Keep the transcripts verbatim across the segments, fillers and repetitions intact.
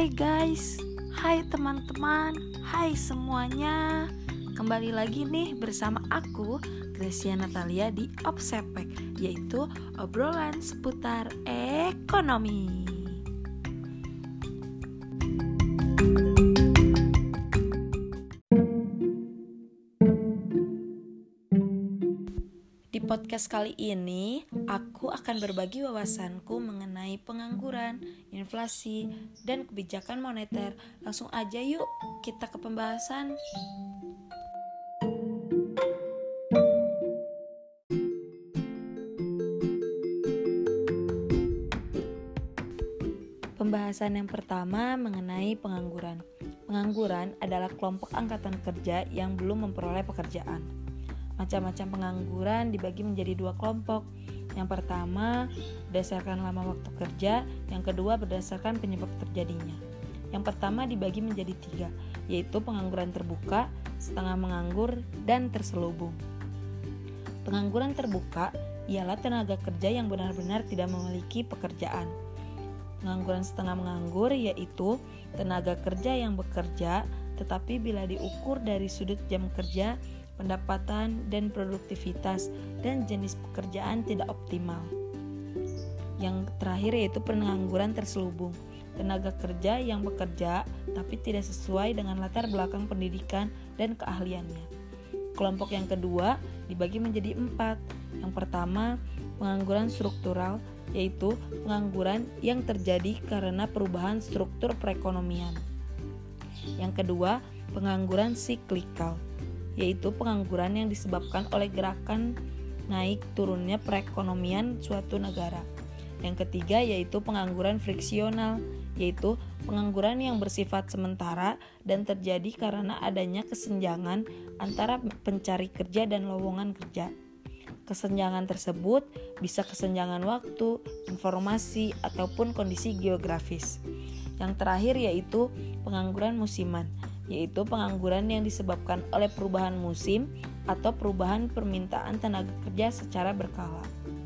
Hai guys, hai teman-teman, hai semuanya. Kembali lagi nih bersama aku, Gracia Natalia di Obsepek, yaitu obrolan seputar ekonomi. Di podcast kali ini, aku akan berbagi wawasanku mengenai pengangguran, inflasi, dan kebijakan moneter. Langsung aja yuk, kita ke pembahasan. Pembahasan yang pertama mengenai pengangguran. Pengangguran adalah kelompok angkatan kerja yang belum memperoleh pekerjaan. Macam-macam pengangguran dibagi menjadi dua kelompok. Yang pertama berdasarkan lama waktu kerja, yang kedua berdasarkan penyebab terjadinya. Yang pertama dibagi menjadi tiga, yaitu pengangguran terbuka, setengah menganggur, dan terselubung. Pengangguran terbuka ialah tenaga kerja yang benar-benar tidak memiliki pekerjaan. Pengangguran setengah menganggur yaitu tenaga kerja yang bekerja, tetapi bila diukur dari sudut jam kerja, pendapatan dan produktivitas dan jenis pekerjaan tidak optimal. Yang terakhir yaitu pengangguran terselubung, tenaga kerja yang bekerja tapi tidak sesuai dengan latar belakang pendidikan dan keahliannya. Kelompok yang kedua dibagi menjadi empat. Yang pertama, pengangguran struktural, yaitu pengangguran yang terjadi karena perubahan struktur perekonomian. Yang kedua, pengangguran siklikal, yaitu pengangguran yang disebabkan oleh gerakan naik turunnya perekonomian suatu negara. Yang ketiga yaitu pengangguran friksional, yaitu pengangguran yang bersifat sementara dan terjadi karena adanya kesenjangan antara pencari kerja dan lowongan kerja. Kesenjangan tersebut bisa kesenjangan waktu, informasi, ataupun kondisi geografis. Yang terakhir yaitu pengangguran musiman, yaitu pengangguran yang disebabkan oleh perubahan musim atau perubahan permintaan tenaga kerja secara berkala.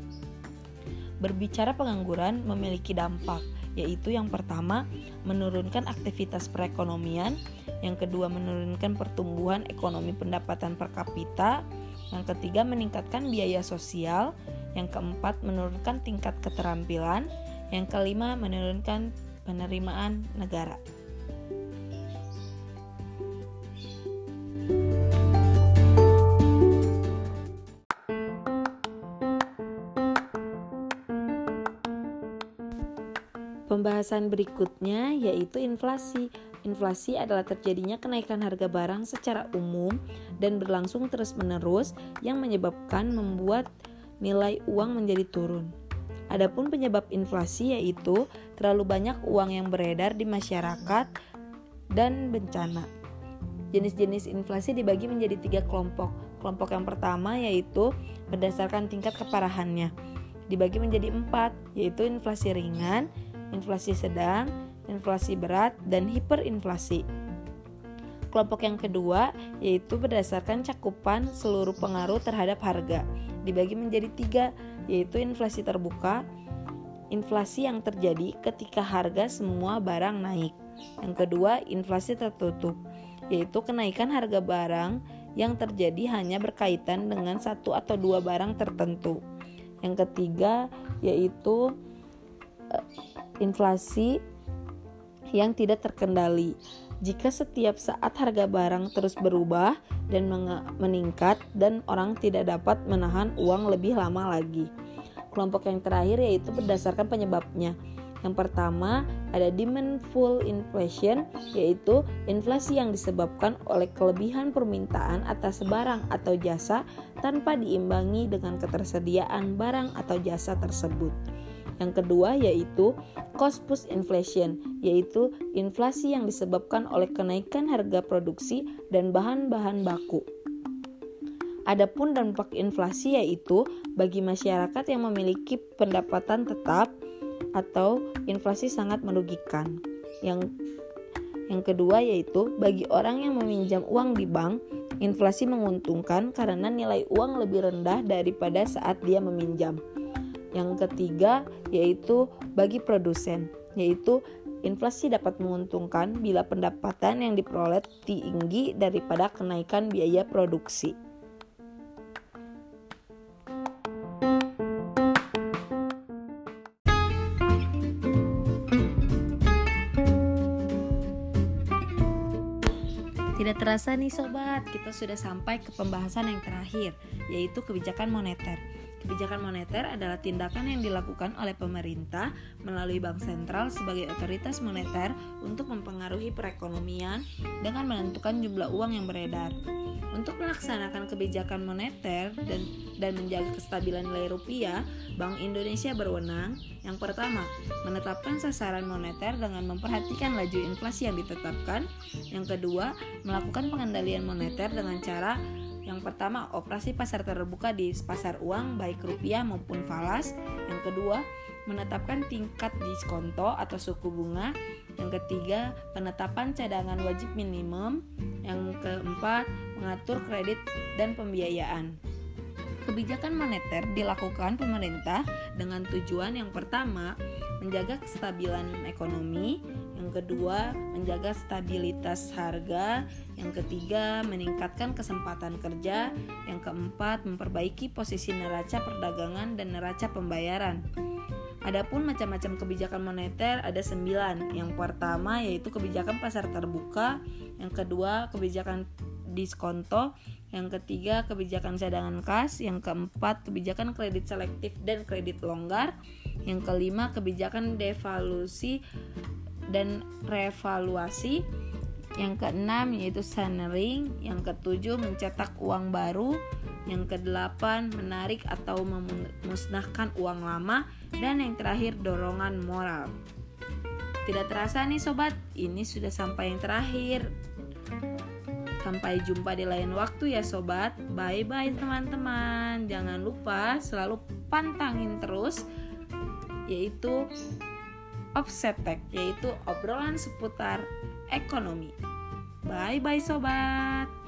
Berbicara pengangguran memiliki dampak, yaitu yang pertama menurunkan aktivitas perekonomian, yang kedua menurunkan pertumbuhan ekonomi pendapatan per kapita, yang ketiga meningkatkan biaya sosial, yang keempat menurunkan tingkat keterampilan, yang kelima menurunkan penerimaan negara. Pembahasan berikutnya yaitu inflasi. Inflasi adalah terjadinya kenaikan harga barang secara umum dan berlangsung terus-menerus yang menyebabkan membuat nilai uang menjadi turun. Adapun penyebab inflasi yaitu terlalu banyak uang yang beredar di masyarakat dan bencana. Jenis-jenis inflasi dibagi menjadi tiga kelompok. Kelompok yang pertama yaitu berdasarkan tingkat keparahannya. Dibagi menjadi empat, yaitu inflasi ringan, inflasi sedang, inflasi berat, dan hiperinflasi. Kelompok yang kedua yaitu berdasarkan cakupan seluruh pengaruh terhadap harga. Dibagi menjadi tiga, yaitu inflasi terbuka, inflasi yang terjadi ketika harga semua barang naik. Yang kedua, inflasi tertutup, yaitu kenaikan harga barang yang terjadi hanya berkaitan dengan satu atau dua barang tertentu. Yang ketiga yaitu uh, inflasi yang tidak terkendali, jika setiap saat harga barang terus berubah dan menge- meningkat dan orang tidak dapat menahan uang lebih lama lagi. Kelompok yang terakhir yaitu berdasarkan penyebabnya. Yang pertama ada demandful inflation, yaitu inflasi yang disebabkan oleh kelebihan permintaan atas barang atau jasa tanpa diimbangi dengan ketersediaan barang atau jasa tersebut. Yang kedua yaitu cost push inflation, yaitu inflasi yang disebabkan oleh kenaikan harga produksi dan bahan-bahan baku. Adapun dampak inflasi yaitu bagi masyarakat yang memiliki pendapatan tetap atau inflasi sangat merugikan. Yang yang kedua yaitu bagi orang yang meminjam uang di bank, inflasi menguntungkan karena nilai uang lebih rendah daripada saat dia meminjam. Yang ketiga yaitu bagi produsen, yaitu Inflasi dapat menguntungkan bila pendapatan yang diperoleh tinggi daripada kenaikan biaya produksi. Tidak terasa nih sobat, kita sudah sampai ke pembahasan yang terakhir, yaitu kebijakan moneter. Kebijakan moneter adalah tindakan yang dilakukan oleh pemerintah melalui bank sentral sebagai otoritas moneter untuk mempengaruhi perekonomian dengan menentukan jumlah uang yang beredar. Untuk melaksanakan kebijakan moneter dan, dan menjaga kestabilan nilai rupiah, Bank Indonesia berwenang yang pertama, menetapkan sasaran moneter dengan memperhatikan laju inflasi yang ditetapkan. Yang kedua, melakukan pengendalian moneter dengan cara yang pertama, operasi pasar terbuka di pasar uang baik rupiah maupun falas. Yang kedua, menetapkan tingkat diskonto atau suku bunga. Yang ketiga, penetapan cadangan wajib minimum. Yang keempat, mengatur kredit dan pembiayaan. Kebijakan moneter dilakukan pemerintah dengan tujuan yang pertama, menjaga kestabilan ekonomi. Yang kedua, menjaga stabilitas harga. Yang ketiga, meningkatkan kesempatan kerja. Yang keempat, memperbaiki posisi neraca perdagangan dan neraca pembayaran. Adapun macam-macam kebijakan moneter ada sembilan. Yang pertama yaitu kebijakan pasar terbuka. Yang kedua, kebijakan diskonto. Yang ketiga, kebijakan cadangan kas. Yang keempat, kebijakan kredit selektif dan kredit longgar. Yang kelima, kebijakan devaluasi dan revaluasi. Yang keenam yaitu centering. Yang ketujuh, mencetak uang baru. Yang kedelapan, menarik atau memusnahkan uang lama. Dan yang terakhir, dorongan moral. Tidak terasa nih sobat, ini sudah sampai yang terakhir. Sampai jumpa di lain waktu ya sobat. Bye bye teman-teman. Jangan lupa selalu pantangin terus yaitu Offsetek, yaitu obrolan seputar ekonomi. Bye bye sobat.